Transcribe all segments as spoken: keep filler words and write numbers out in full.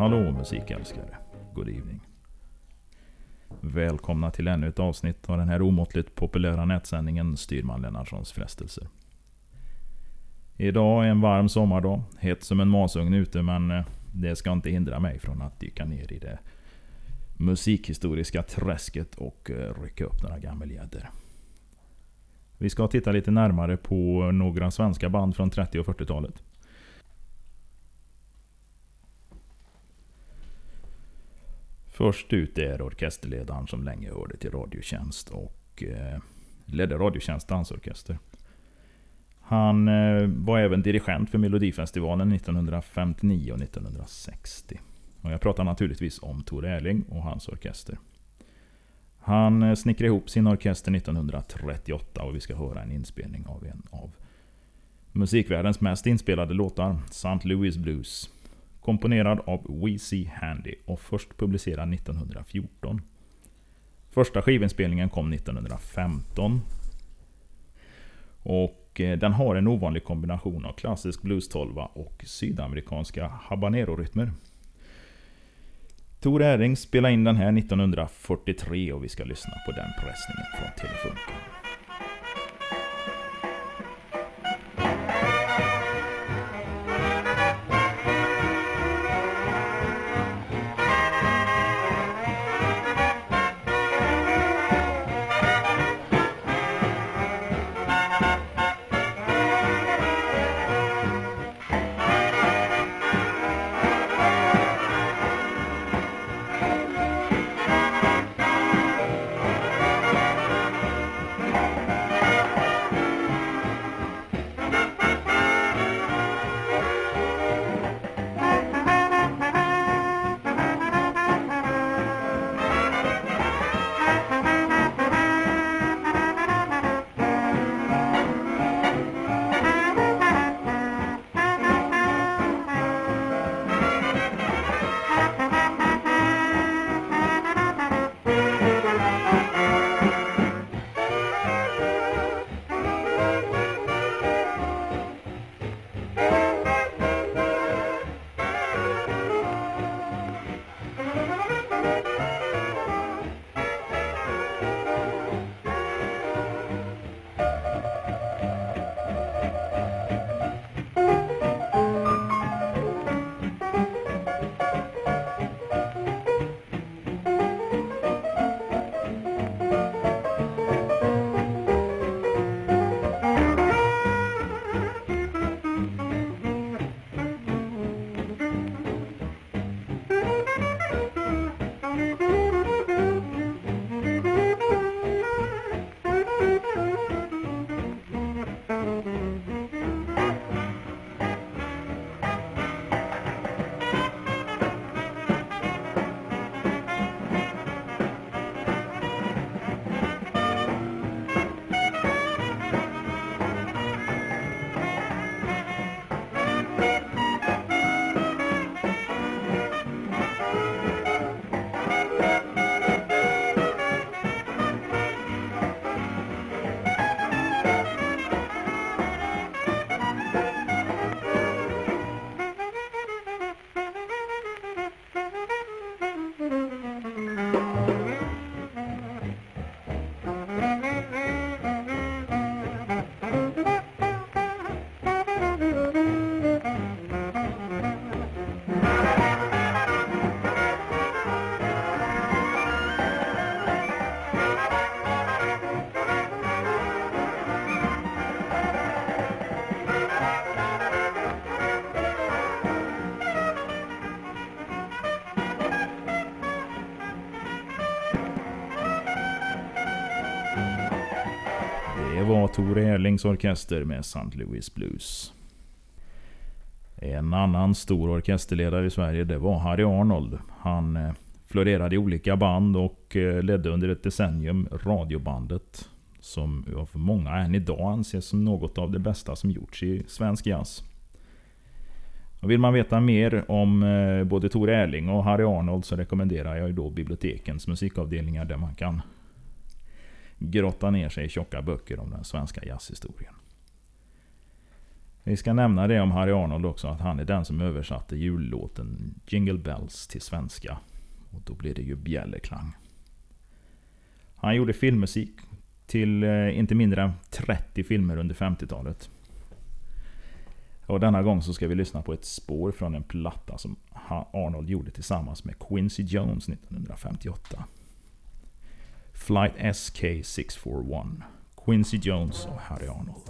Hallå musikälskare, good evening. Välkomna till ännu ett avsnitt av den här omåttligt populära nätsändningen Styrman Lennartssons frestelser. Idag är en varm sommardag, hett som en masugn ute, men det ska inte hindra mig från att dyka ner i det musikhistoriska träsket och rycka upp några gammelgäddor. Vi ska titta lite närmare på några svenska band från trettio- och fyrtiotalet. Först ut är orkesterledaren som länge hörde till Radiotjänst och eh, ledde Radiotjänst dansorkester. Han eh, var även dirigent för Melodifestivalen nittonhundrafemtionio och nittonhundrasextio. Och jag pratar naturligtvis om Tor Erling och hans orkester. Han eh, snickrade ihop sin orkester nittonhundratrettioåtta och vi ska höra en inspelning av en av musikvärldens mest inspelade låtar, Saint Louis Blues. Komponerad av We See Handy och först publicerad nittonhundrafjorton. Första skivinspelningen kom nittonhundrafemton. Och den har en ovanlig kombination av klassisk blues-tolva och sydamerikanska habanero-rytmer. Tor Erling spelade in den här nittonhundrafyrtiotre och vi ska lyssna på den pressningen från Telefunken. Det var Tor Erlings orkester med Saint Louis Blues. En annan stor orkesterledare i Sverige, det var Harry Arnold. Han eh, florerade i olika band och eh, ledde under ett decennium radiobandet, som av många än idag anses som något av det bästa som gjorts i svensk jazz. Och vill man veta mer om eh, både Tor Erling och Harry Arnold så rekommenderar jag då bibliotekens musikavdelningar där man kan grotta ner sig i tjocka böcker om den svenska jazzhistorien. Vi ska nämna det om Harry Arnold också, att han är den som översatte jullåten Jingle Bells till svenska. Och då blir det ju bjällerklang. Han gjorde filmmusik till eh, inte mindre än trettio filmer under femtiotalet. Och denna gång så ska vi lyssna på ett spår från en platta som Arnold gjorde tillsammans med Quincy Jones nittonhundrafemtioåtta. Flight S K sex four one. Quincy Jones och Harry Arnold.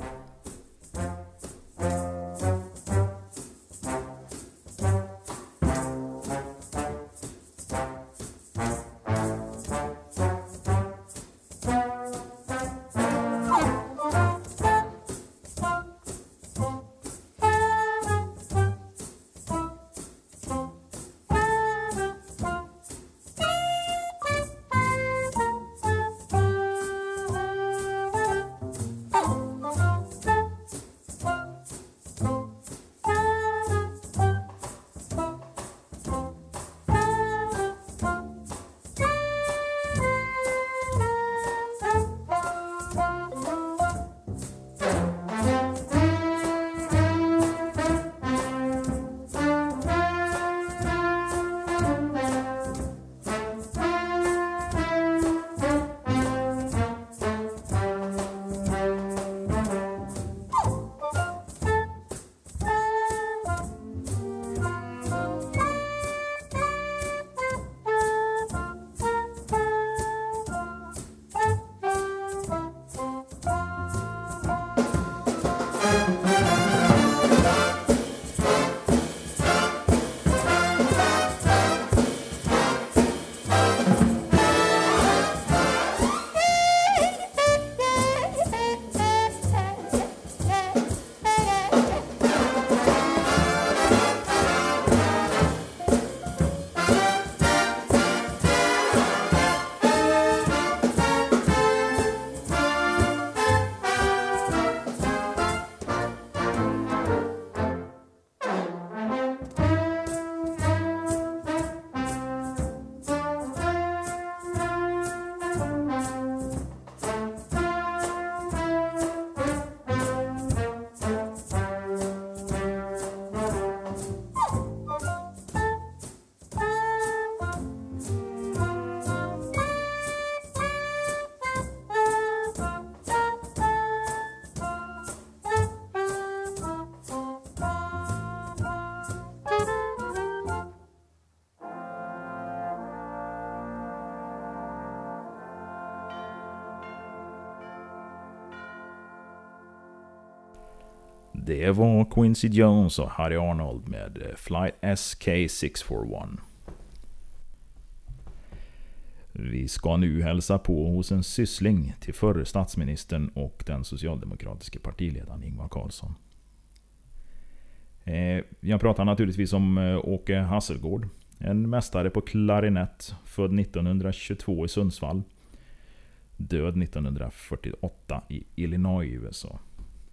Det var Quincy Jones och Harry Arnold med Flight S K sex four one. Vi ska nu hälsa på hos en syssling till förre statsministern och den socialdemokratiska partiledaren Ingvar Carlsson. Jag pratar naturligtvis om Åke Hasselgård, en mästare på klarinett, född nittonhundratjugotvå i Sundsvall, död nittonhundrafyrtioåtta i Illinois i U S A.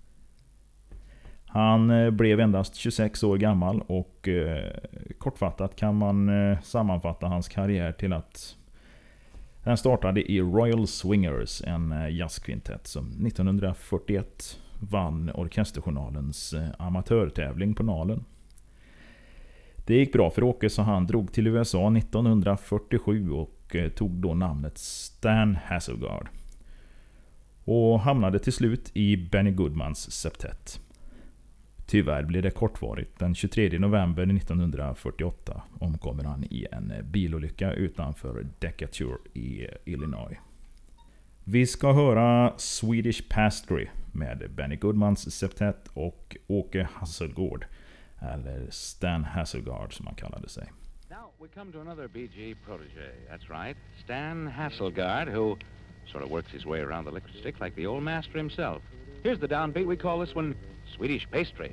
Han blev endast tjugosex år gammal och eh, kortfattat kan man eh, sammanfatta hans karriär till att den startade i Royal Swingers, en eh, jazzkvintett som nittonhundrafyrtioett vann Orkesterjournalens eh, amatörtävling på Nalen. Det gick bra för Åke så han drog till U S A nittonhundrafyrtiosju och eh, tog då namnet Stan Haselgard och hamnade till slut i Benny Goodmans septett. Tyvärr blev det kortvarigt. Den tjugotredje november nittonhundrafyrtioåtta omkommer han i en bilolycka utanför Decatur i Illinois. Vi ska höra Swedish Pastry med Benny Goodmans septett och Åke Hasselgård, eller Stan Haselgard som han kallade sig. Now we come to another B G protege. That's right, Stan Haselgard, who sort of works his way around the liquor stick like the old master himself. Here's the downbeat. We call this one Swedish Pastry.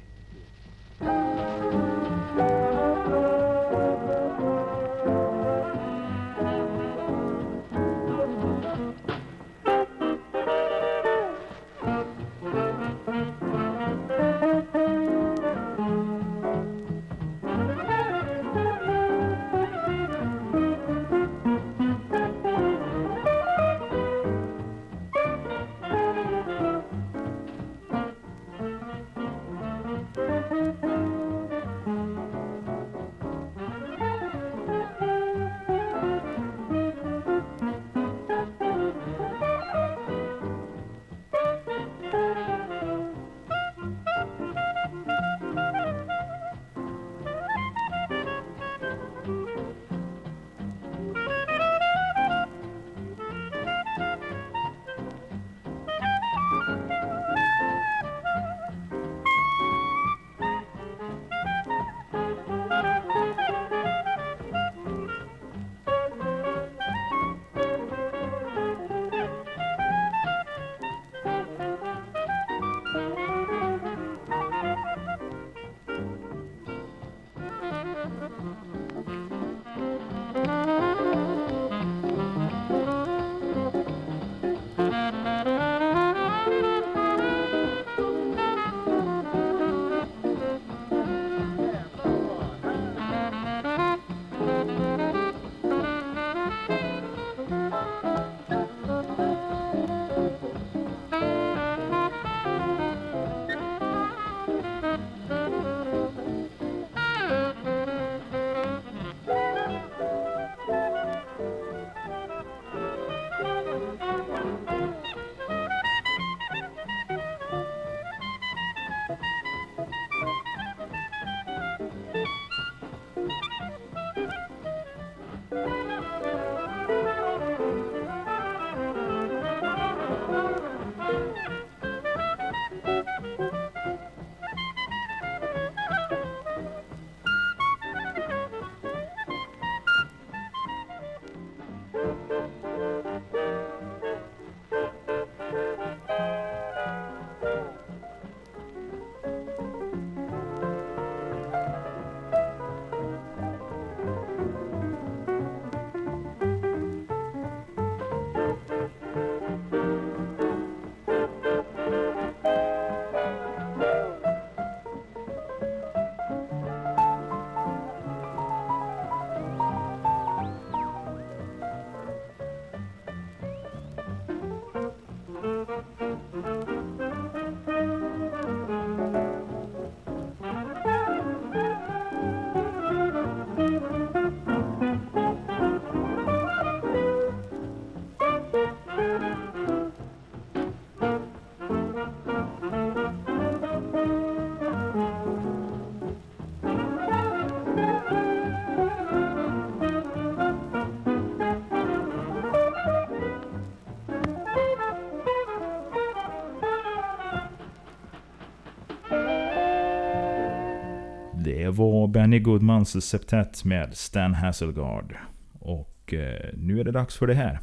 Benny Goodmans septett med Stan Hasselgaard. Och eh, nu är det dags för det här.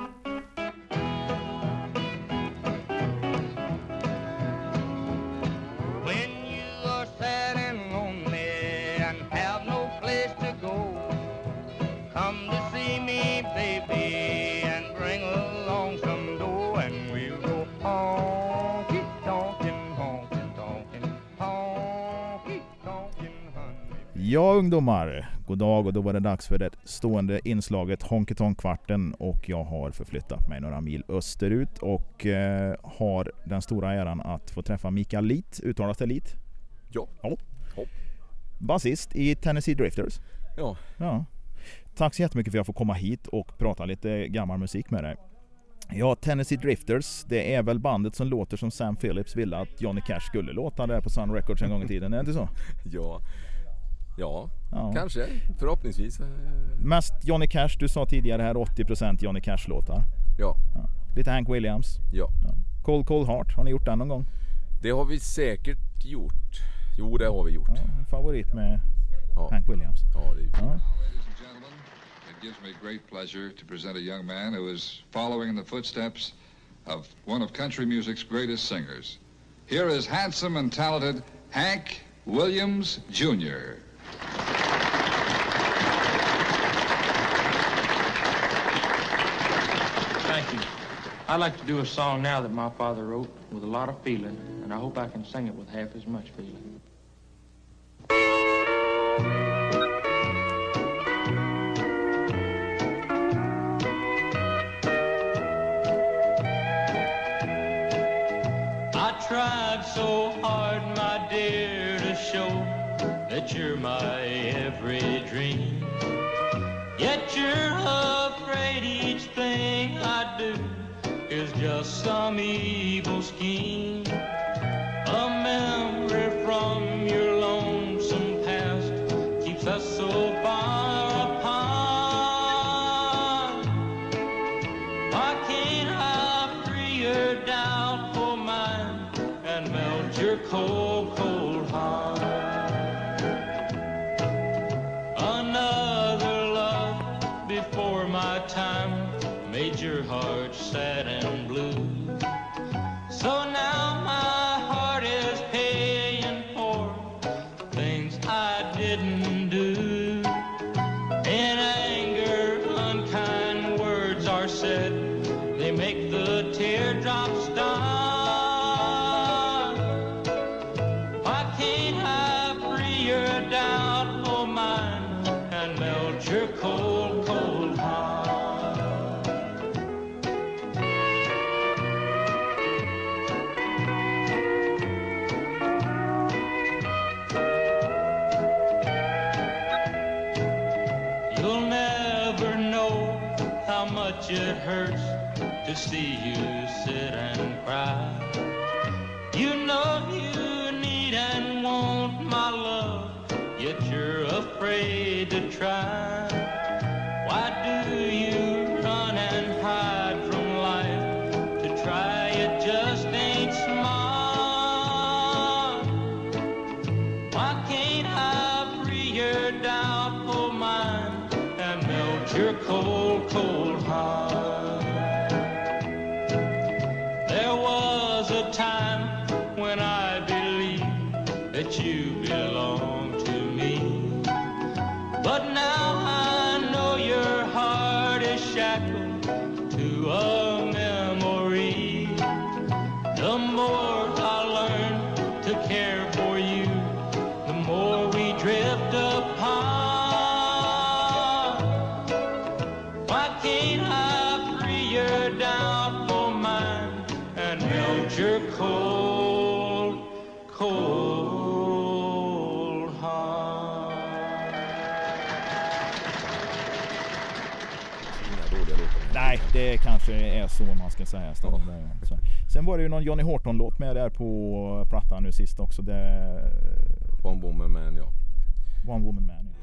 Ja ungdomar, god dag, och då var det dags för det stående inslaget Honky Tonk-kvarten, och jag har förflyttat mig några mil österut och eh, har den stora äran att få träffa Mikael Litt. Uttalas det Litt? Ja. Ja. Ja. Basist i Tennessee Drifters. Ja. Ja. Tack så jättemycket för att jag får komma hit och prata lite gammal musik med dig. Ja, Tennessee Drifters, det är väl bandet som låter som Sam Phillips ville att Johnny Cash skulle låta där på Sun Records en gång i tiden, är det inte så? Ja. Ja, Ja. Kanske, förhoppningsvis. Mest Johnny Cash, du sa tidigare här, åttio procent Johnny Cash-låtar. Ja. Ja. Lite Hank Williams. Ja. Ja. Cold Cold Heart, har ni gjort den någon gång? Det har vi säkert gjort. Jo, det har vi gjort. Ja, en favorit med Ja. Hank Williams. Ja, det är ju Ja. Ladies and gentlemen, it gives me great pleasure to present a young man who is following in the footsteps of one of country music's greatest singers. Here is handsome and talented Hank Williams Junior Thank you. I'd like to do a song now that my father wrote with a lot of feeling, and I hope I can sing it with half as much feeling. I tried so hard, my dear, to show that you're my every dream. Yet you're afraid each thing I do is just some evil scheme. A memory from your lonesome past keeps us so far apart. Why can't I free your doubtful mind and melt your cold, cold heart? Another love before my time made your heart sad and blue. So now my heart is paying for things I didn't do. In anger, unkind words are said. They make the teardrops start. Why can't I free your doubtful mind and melt your cold, cold heart? You'll never know how much it hurts to see you sit and cry. You know you need and want my love, yet you're afraid to try. Why do you run and hide from life? To try it just ain't smart. Why can't I free your doubtful mind and melt your cold, cold heart? There was a time when I believed that you belonged to me, but now I know your heart is shackled to a memory. The more I learn to care for you, the more we drift apart. Why can't I free your doubtful mind and melt your cold, cold heart? Inga dåliga låtar. Nej, det kanske är så man ska säga. Så. Sen var det ju någon Johnny Horton-låt med där på plattan nu sist också. Det... One Woman Man, ja. One Woman Man. Ja.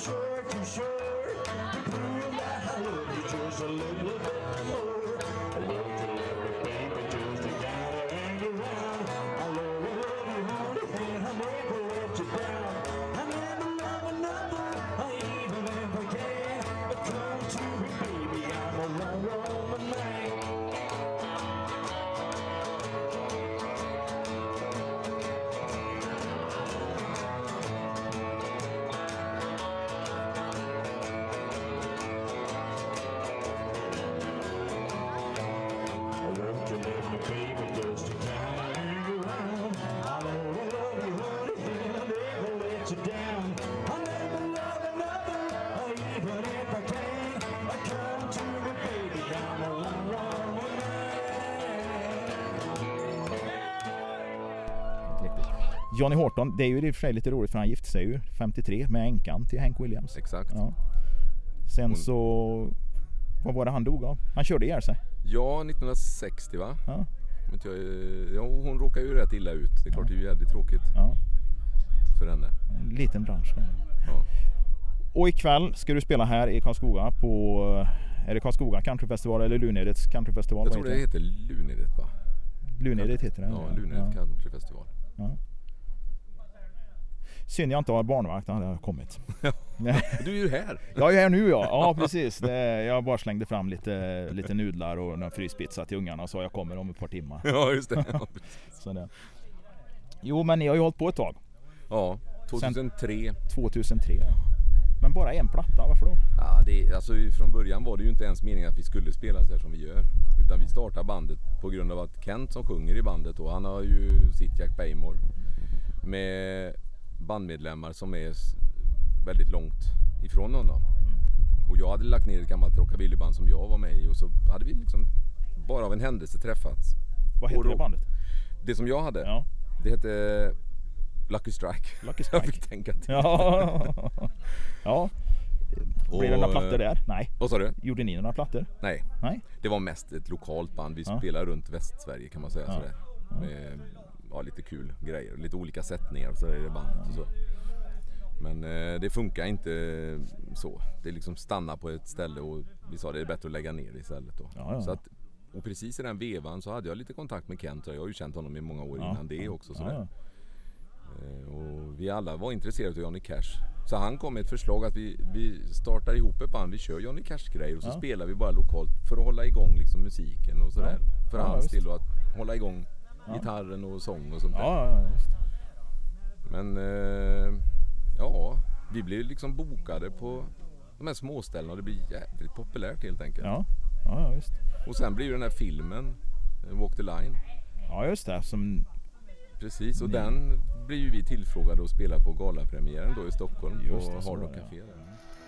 short, too short to prove that I love you just a little bit more. I love to love you, baby, just to gotta hang around. I love you, love you, honey, and I never let you down. I never love another, even if I can. But come to me, baby, I'm a long, long man. Johnny Horton, det är ju i och för sig lite roligt för han gifte sig ju femtiotre med änkan till Hank Williams. Exakt. Ja. Sen Hon... så, vad var det han dog av? Han körde ihjäl sig. Ja, nittonhundrasextio va? Ja. Men jag, ja, hon råkar ju rätt illa ut. Det är klart, ja. Det är ju jävligt tråkigt ja. för henne. En liten bransch. Ja. Och ikväll ska du spela här i Karlskoga på, är det Karlskoga countryfestival eller Lunedets countryfestival? Jag tror det heter Lunedet va? Lunedet heter det. Ja, Lunedet ja. countryfestival. Ja. Synd jag inte har barnvakt, hade jag kommit. Du är ju här. Jag är här nu ja, ja precis. Det, jag bara slängde fram lite, lite nudlar och en fryspizza till ungarna och sa jag kommer om ett par timmar. Ja just det. Ja, så det. Jo men ni har ju hållit på ett tag. Ja, tjugohundratre. Sen tjugohundratre ja. Men bara en platta, varför då? Ja, det, alltså, från början var det ju inte ens meningen att vi skulle spela så här som vi gör. Utan vi startade bandet på grund av att Kent som sjunger i bandet och han har ju sitt Jack Baymore med bandmedlemmar som är väldigt långt ifrån honom. Mm. Och jag hade lagt ner ett gammalt rockabillyband som jag var med i och så hade vi liksom bara av en händelse träffats. Vad heter det bandet? Det som jag hade? Ja. Det hette Lucky Strike. Lucky Strike. Jag fick tänka till. Ja. Ja. Blev det några plattor där? Nej. Vad sa du? Gjorde ni några plattor? Nej. Nej. Det var mest ett lokalt band. Vi ja. spelade runt Västsverige kan man säga. Ja. Sådär. Med ja, lite kul grejer. Lite olika sättningar och sådär i det bandet. Ja. Och så. Men eh, det funkar inte så. Det liksom stannar på ett ställe och vi sa det är bättre att lägga ner istället då. Ja, ja. Så att, och precis i den vevan så hade jag lite kontakt med Kent. Jag har ju känt honom i många år ja. innan det också. Ja, ja. Och vi alla var intresserade av Johnny Cash. Så han kom med ett förslag att vi, vi startar ihop ett band, vi kör Johnny Cash-grejer och så ja. spelar vi bara lokalt för att hålla igång liksom musiken och sådär. Ja. För ja, hans del att hålla igång ja. gitarren och sång och sånt där. Ja, ja, just. Men eh, ja, vi blev liksom bokade på de här småställena och det blir jävligt populärt helt enkelt. Ja, ja visst. Och sen blir ju den här filmen Walk the Line. Ja, just det. Som... Precis, och Ni... den blir ju vi tillfrågade att spela på galapremiären då i Stockholm just på det, Hard Rock Café. Ja.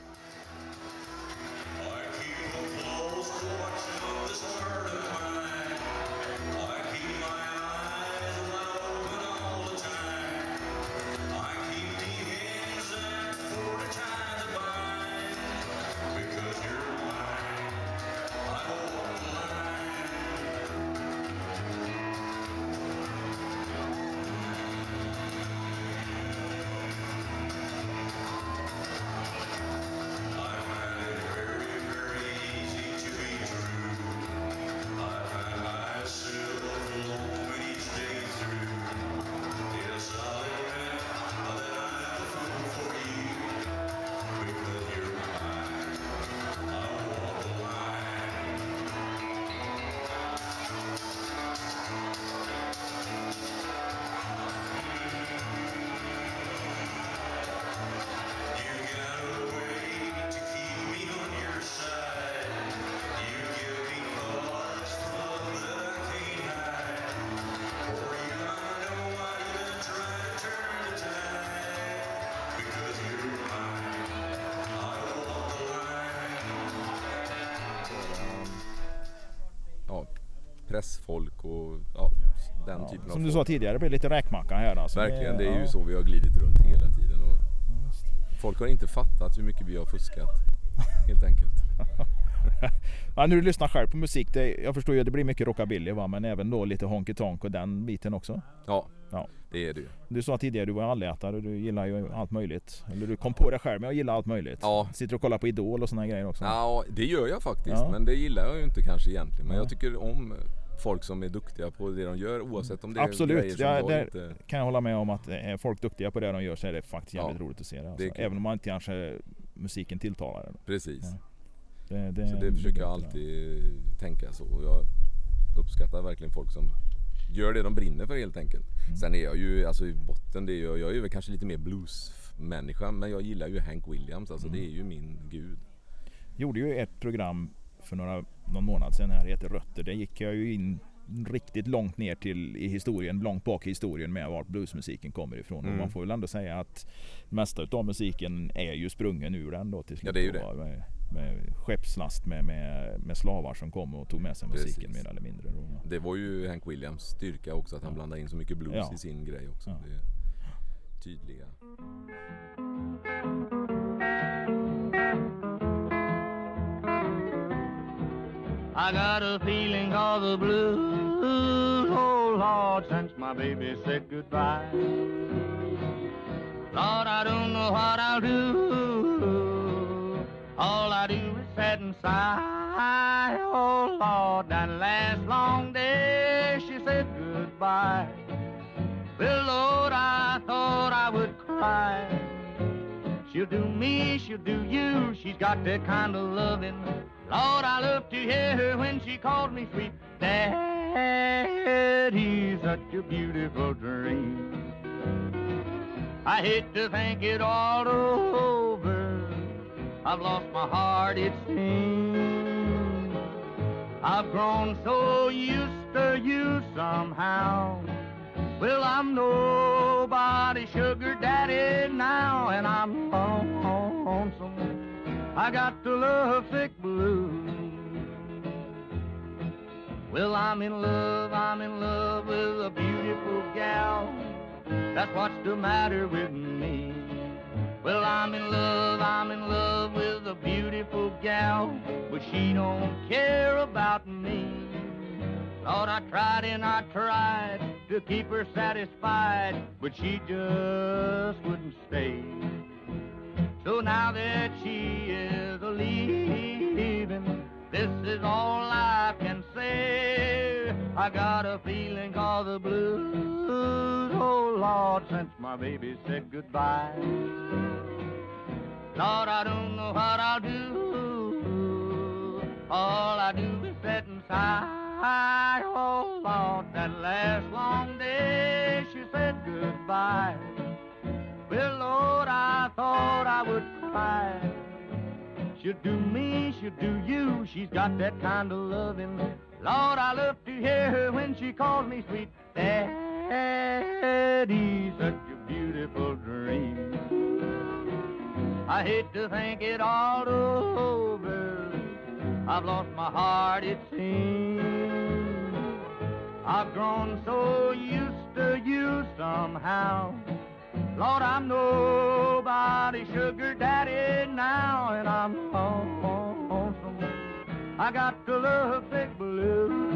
Pressfolk och ja, den ja, typen av som du folk. sa tidigare, det blir lite räkmacka här alltså. Verkligen, det är ja. ju så vi har glidit runt hela tiden och folk har inte fattat hur mycket vi har fuskat helt enkelt. Ja, nu du lyssnar själv på musik, det, jag förstår ju att det blir mycket rockabilly va, men även då lite honky tonk och den biten också. Ja, Ja. Det är det ju. Du sa tidigare du var allätare, du gillar ju allt möjligt. Eller du kom på det själv, men jag gillar allt möjligt. Ja. Sitter och kollar på Idol och såna grejer också. Ja, det gör jag faktiskt. Ja. Men det gillar jag ju inte kanske egentligen. Men Ja. jag tycker om folk som är duktiga på det de gör, oavsett om det är Absolut, grejer som ja, jag där inte... kan jag hålla med om att är folk duktiga på det de gör så är det faktiskt jävligt Ja, roligt att se det. Alltså. det är kul. Även om man inte kanske musiken tilltalar det. Precis. Ja. Det, det, Så det försöker jag alltid tänka så. Och jag uppskattar verkligen folk som gör det de brinner för helt enkelt. Mm. Sen är jag ju, alltså i botten, det är jag, jag är väl kanske lite mer bluesmänniska, men jag gillar ju Hank Williams, alltså Mm. det är ju min gud. Gjorde ju ett program för några, någon månad sedan här, heter Rötter. Det gick jag ju in riktigt långt ner till i historien, långt bak i historien med vart bluesmusiken kommer ifrån. Mm. Och man får väl ändå säga att mesta utav musiken är ju sprungen ur den då till slut. Ja, det är ju då, det. Med, med skeppslast med, med, med slavar som kom och tog med sig musiken Precis. mer eller mindre. Då. Det var ju Hank Williams styrka också, att han Ja. blandade in så mycket blues Ja. i sin grej också. Ja. Det är tydliga. I got a feeling of the blues, oh Lord, since my baby said goodbye. Lord, I don't know what I'll do. All I do is sit and sigh. Oh Lord, that last long day she said goodbye. Well, Lord, I thought I would cry. She'll do me, she'll do you. She's got that kind of loving. Lord, I love to hear her when she calls me sweet Daddy, such a beautiful dream. I hate to think it all over. I've lost my heart, it seems. I've grown so used to you somehow. Well, I'm nobody's sugar daddy now, and I'm lonesome. I got the lovesick blues. Well, I'm in love, I'm in love with a beautiful gal. That's what's the matter with me. Well, I'm in love, I'm in love with a beautiful gal, but she don't care about me. Lord, I tried and I tried to keep her satisfied, but she just wouldn't stay. So now that she is a-leaving, this is all I can say. I got a feeling of the blues, oh Lord, since my baby said goodbye. Lord, I don't know what I'll do. All I do is sit and sigh. Oh Lord, that last long day she said goodbye. Well, Lord, I thought I would cry. She'll do me, she'll do you. She's got that kind of loving. Lord, I love to hear her when she calls me sweet Daddy, such a beautiful dream. I hate to think it all over. I've lost my heart, it seems. I've grown so used to you somehow. Lord, I'm nobody's sugar daddy now, and I'm lonesome. I got the lovesick blues.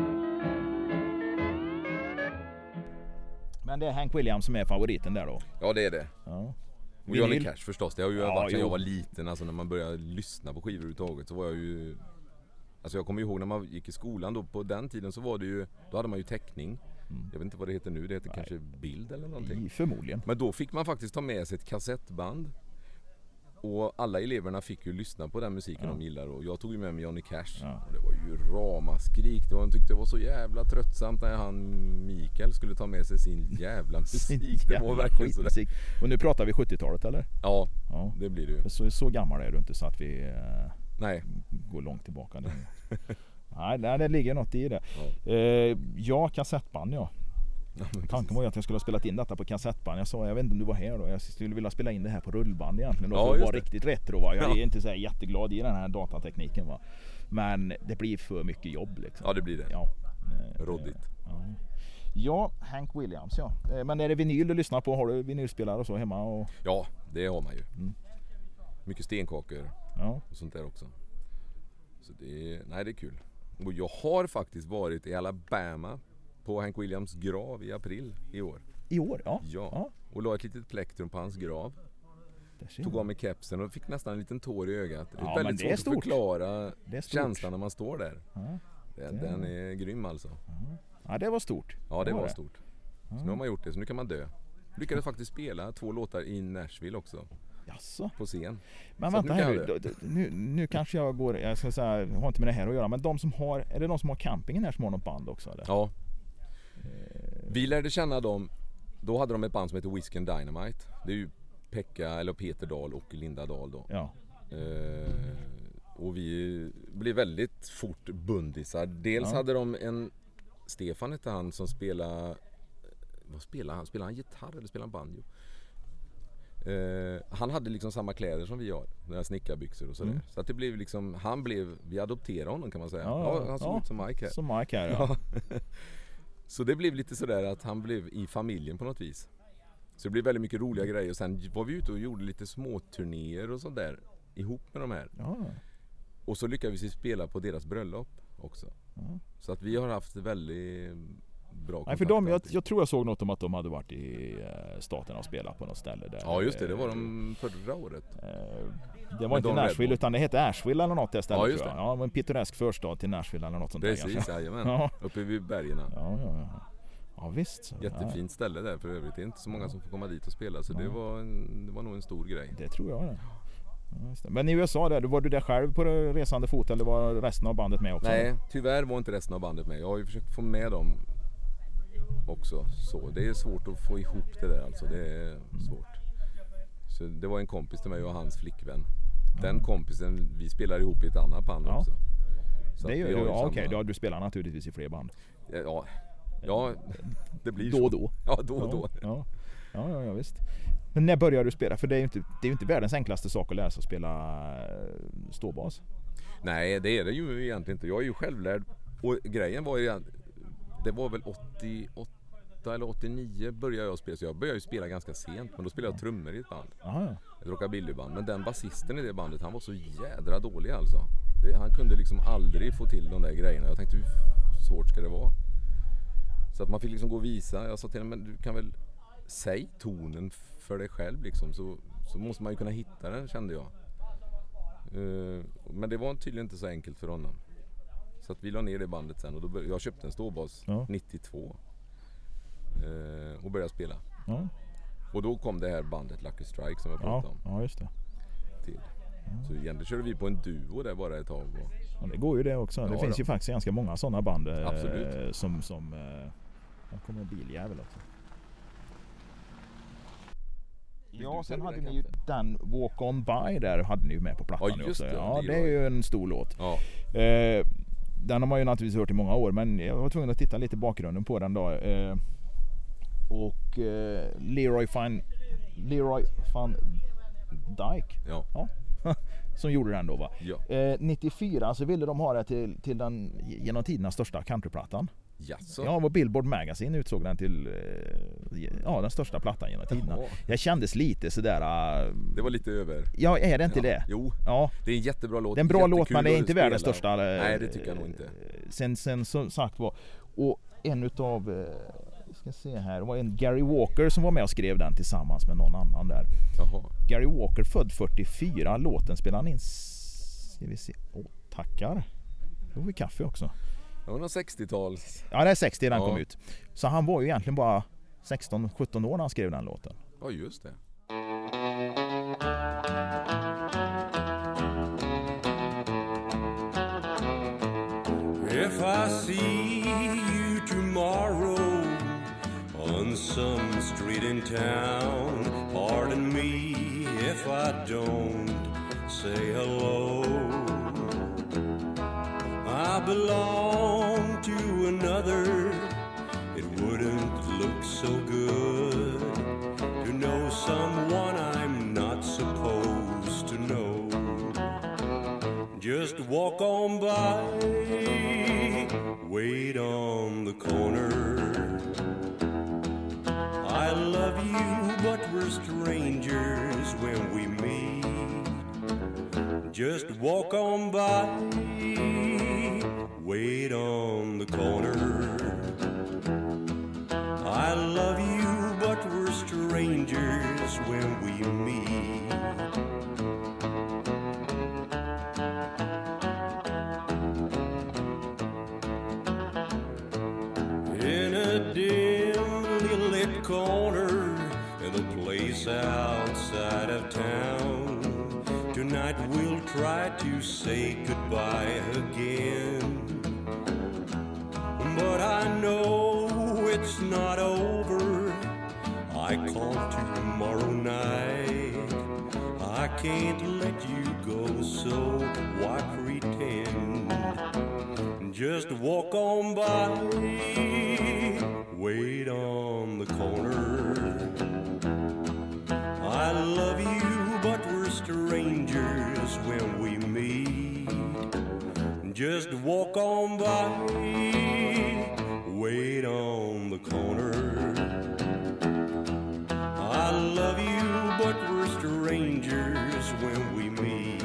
Men det är Hank Williams som är favoriten där då. Ja, det är det. Ja. Och Johnny Vinyl. Cash förstås, det har ju Ja, varit sedan jo. jag var liten, alltså när man började lyssna på skivor överhuvudtaget så var jag ju... Alltså jag kommer ihåg när man gick i skolan då, på den tiden så var det ju, då hade man ju teckning. Jag vet inte vad det heter nu, det heter kanske bild eller någonting. I, förmodligen. Men då fick man faktiskt ta med sig ett kassettband. Och alla eleverna fick ju lyssna på den musiken Ja. de gillar. Och jag tog ju med mig Johnny Cash. Ja. Och det var ju ramaskrik. Det var, jag tyckte det var så jävla tröttsamt när han, Mikael, skulle ta med sig sin jävla musik. Det var Jävla verkligen sådär. skitmusik. Och nu pratar vi sjuttiotalet eller? Ja, Ja. det blir det ju. Så, så gammal är du inte så att vi eh, Nej. går långt tillbaka. nej, nej, det ligger något i det. Ja. Eh, ja, kassettband ja. Ja, men Tanken var ju att jag skulle ha spelat in detta på kassettband. Jag sa, jag vet inte om du var här då. Jag skulle vilja spela in det här på rullband egentligen då, Ja, för att just vara det. riktigt retro va. Jag Ja. är inte så här jätteglad i den här datatekniken va. Men det blir för mycket jobb liksom. Ja, det blir det. Ja. Eh, Råddigt. Ja. Ja, Hank Williams ja. Eh, Men är det vinyl du lyssnar på? Har du vinylspelare och så hemma? Och... Ja, det har man ju. Mm. Mycket stenkakor Ja. och sånt där också. Så det är, nej det är kul. Och jag har faktiskt varit i Alabama på Hank Williams grav i april i år. I år, ja. Ja. ja. Och la ett litet plektrum på hans grav. Tog av mig kepsen och fick nästan en liten tår i ögat. Det är Ja, väldigt men det är svårt att stort. förklara Det är stort. känslan när man står där. Ja, Den, det är- den är grym alltså. ja det var stort. Ja, det var var stort. Så nu har man gjort det, så nu kan man dö. Lyckades faktiskt spela två låtar i Nashville också. Jaså? På scen. Men Så att vänta nu här kan nu, jag Då- då- nu, nu kanske jag går, jag ska säga, jag har inte med det här att göra, men de som har, är det de som har campingen här som har något band också eller? Ja. Vi lärde känna dem, då hade de ett band som heter Whiskey and Dynamite. Det är ju Pekka, eller Peter Dahl och Linda Dahl då. Ja. Eh, och vi blev väldigt fort bundisar. Dels Ja. hade de en, Stefan hette han som spelade, vad spelade han? Spelade han gitarr eller spelade han banjo? Eh, han hade liksom samma kläder som vi har, några snickarbyxor och sådär. Mm. Så att det blev liksom, han blev, vi adopterade honom kan man säga. Ja, Ja, han såg ja. ut som Mike här. Som Mike här ja. Så det blev lite sådär att han blev i familjen på något vis. Så det blev väldigt mycket roliga grejer. Och sen var vi ute och gjorde lite små turnéer och sådär ihop med de här. ja. Och så lyckades vi spela på deras bröllop också. Så att vi har haft väldigt bra kontakt. Nej, för de, jag, alltid. jag tror jag såg något om att de hade varit i eh, staterna och spelat på något ställe där. Ja just det, det var de förra året. Eh, det Med var inte Don Nashville Redbone. utan det hette Asheville eller något det stället Ja, just tror jag. det. Ja, en pittoresk förstad till Nashville eller något sånt där Precis, kanske. jajamän. Ja. Uppe vid bergen. Ja, ja, ja. Ja visst. Så, Jättefint ställe där för övrigt. Det är inte så många som får komma dit och spela. Så det var, en, det var nog en stor grej. Ja, det tror jag det. Ja, just det. Men i U S A där, var du där själv på resande fot eller var resten av bandet med också? Nej, tyvärr var inte resten av bandet med. Jag har ju försökt få med dem också. Så det är svårt att få ihop det där alltså. Det är svårt. Så det var en kompis till mig och hans flickvän. Den kompisen, vi spelar ihop i ett annat band Ja. också. Så Det att gör vi du, har ju ja, samma- okej, ja, du spelar naturligtvis i fler band. Ja, ja, det blir Då så. och då. Ja, då och då. Ja, ja, ja, ja visst. Men när började du spela? För det är ju inte, det är ju inte världens enklaste sak att lära sig att spela eh, ståbas. Nej, det är det ju egentligen inte. Jag är ju självlärd. Och grejen var ju, det var väl åttioåtta eller åttionio började jag spela. Så jag började ju spela ganska sent. Men då spelade jag trummor i ett band. Aha, ja. Ett rockabillyband. Men den basisten i det bandet, han var så jädra dålig alltså. Det, han kunde liksom aldrig få till de där grejerna. Jag tänkte, hur svårt ska det vara? Så att man fick liksom gå och visa. Jag sa till honom, men du kan väl säg tonen för dig själv liksom. Så, så måste man ju kunna hitta den, kände jag. Uh, men det var tydligen inte så enkelt för honom. Så att vi la ner det bandet sen. Och då bör, jag köpte en ståbas Ja. nittiotvå. Uh, och började spela. Ja, Och då kom det här bandet Lucky Strike som jag ja, pratade om ja, just det. till. Så egentligen körde vi på en duo där bara ett tag. Och, Ja, det går ju det också. Det Ja, finns då. ju faktiskt ganska många sådana band eh, Absolut. som... som eh, jag kommer en biljävel också. Ja, du sen sälja hade den ni ju den Walk On By där hade ni ju med på plattan Ja, nu just också. det. Ja, Det det är var- ju en stor låt. ja. Eh, den har man ju naturligtvis hört i många år, men jag var tvungen att titta lite bakgrunden på den då. Eh, och eh, Leroy Van Leroy Van Dyke Ja. ja, som gjorde den då va. Ja. Eh, nittiofyra så ville de ha det till, till den genom tiderna största countryplattan. Jaså? Ja, och Billboard Magazine utsåg den till eh, ja, den största plattan genom tiderna. Jaha. Jag kändes lite sådär... Uh, Det var lite över. ja, är det inte Ja. det? Jo, Ja, det är en jättebra låt. det är en bra Jättekul låt men det är att inte spela. världens största. eh, Nej, det tycker jag nog inte. Sen, sen som sagt var, och en utav, eh, vi ska se här, det var en Gary Walker som var med och skrev den tillsammans med någon annan där. Jaha. Gary Walker född fyrtiofyra, låten spelade han in, ska vi se, åh tackar. Då har vi kaffe också. Det var någon sextio-tals. Ja, det är sextio den Ja. kom ut. Så han var ju egentligen bara sexton sjutton år när han skrev den låten. Ja, just det. If I see you tomorrow on some street in town, pardon me if I don't say hello. I belong to another. It wouldn't look so good to know someone I'm not supposed to know. Just walk on by, wait on the corner. I love you, but we're strangers when we meet. Just walk on by, wait on the corner. I love you, strangers when we meet. In a dimly lit corner in the place outside of town, tonight we'll try to say goodbye again. But I know it's not over. I call tomorrow night. I can't let you go, so why pretend? Just walk on by, wait on the corner. I love you, but we're strangers when we meet. Just walk on by, wait on the corner. I love you, but we're strangers when we meet.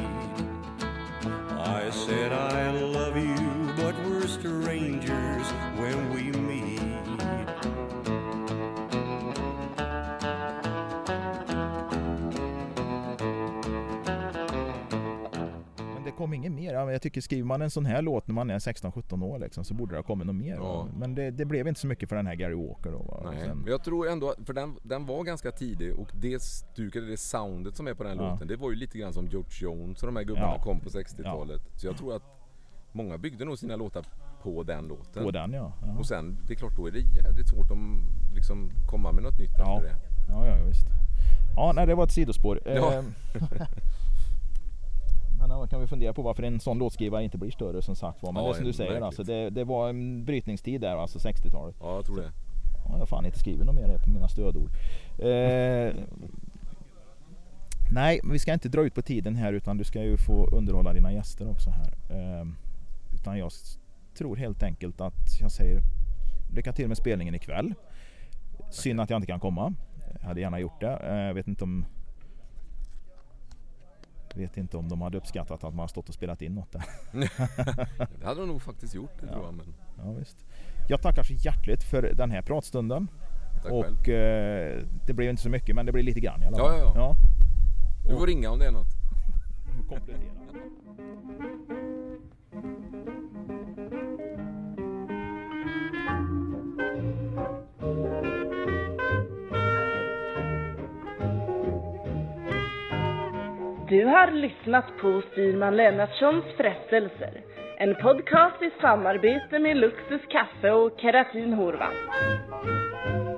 I said I love you, but we're strangers when we meet. Det kom inget mer. Jag tycker skriver man en sån här låt när man är sexton sjutton år liksom, så borde det ha kommit något mer. Ja. Men det, det blev inte så mycket för den här Gary Walker då. Va? Nej, Sen, men jag tror ändå, för den, den var ganska tidig och det stuket, det soundet som är på den Ja. låten, det var ju lite grann som George Jones och de här gubbarna Ja. kom på sextiotalet. Så jag tror att många byggde nog sina låtar på den låten. på den ja. Ja. Och sen, det är klart, då är det jävligt svårt att liksom komma med något nytt Ja. efter det. Ja, ja, visst. Ja, nej, det var ett sidospår. Ja. Eh, Men då kan vi fundera på varför en sån låtskrivare inte blir större som sagt var. Men Ja, det är som du säger, märkligt. alltså, det, det var en brytningstid där, alltså sextiotalet. Ja, jag tror det. Ja, jag har fan inte skrivit något mer på mina stödord. Eh, nej, vi ska inte dra ut på tiden här, utan du ska ju få underhålla dina gäster också här. Eh, utan jag s- tror helt enkelt att jag säger lycka till med spelningen ikväll. Synd att jag inte kan komma. Jag hade gärna gjort det. Jag vet inte om vet inte om de hade uppskattat att man har stått och spelat in något där. Det hade de nog faktiskt gjort, det Ja. tror jag. Men Ja, visst. Jag tackar så hjärtligt för den här pratstunden. tack Och själv. eh, det blev inte så mycket, men det blir lite grann i alla fall. Ja, ja, ja. ja. Du får ringa om det är något. Komplettera. Du har lyssnat på Styrman Lennartssons frestelser. En podcast i samarbete med Luxus Kaffe och Keratin Horvan.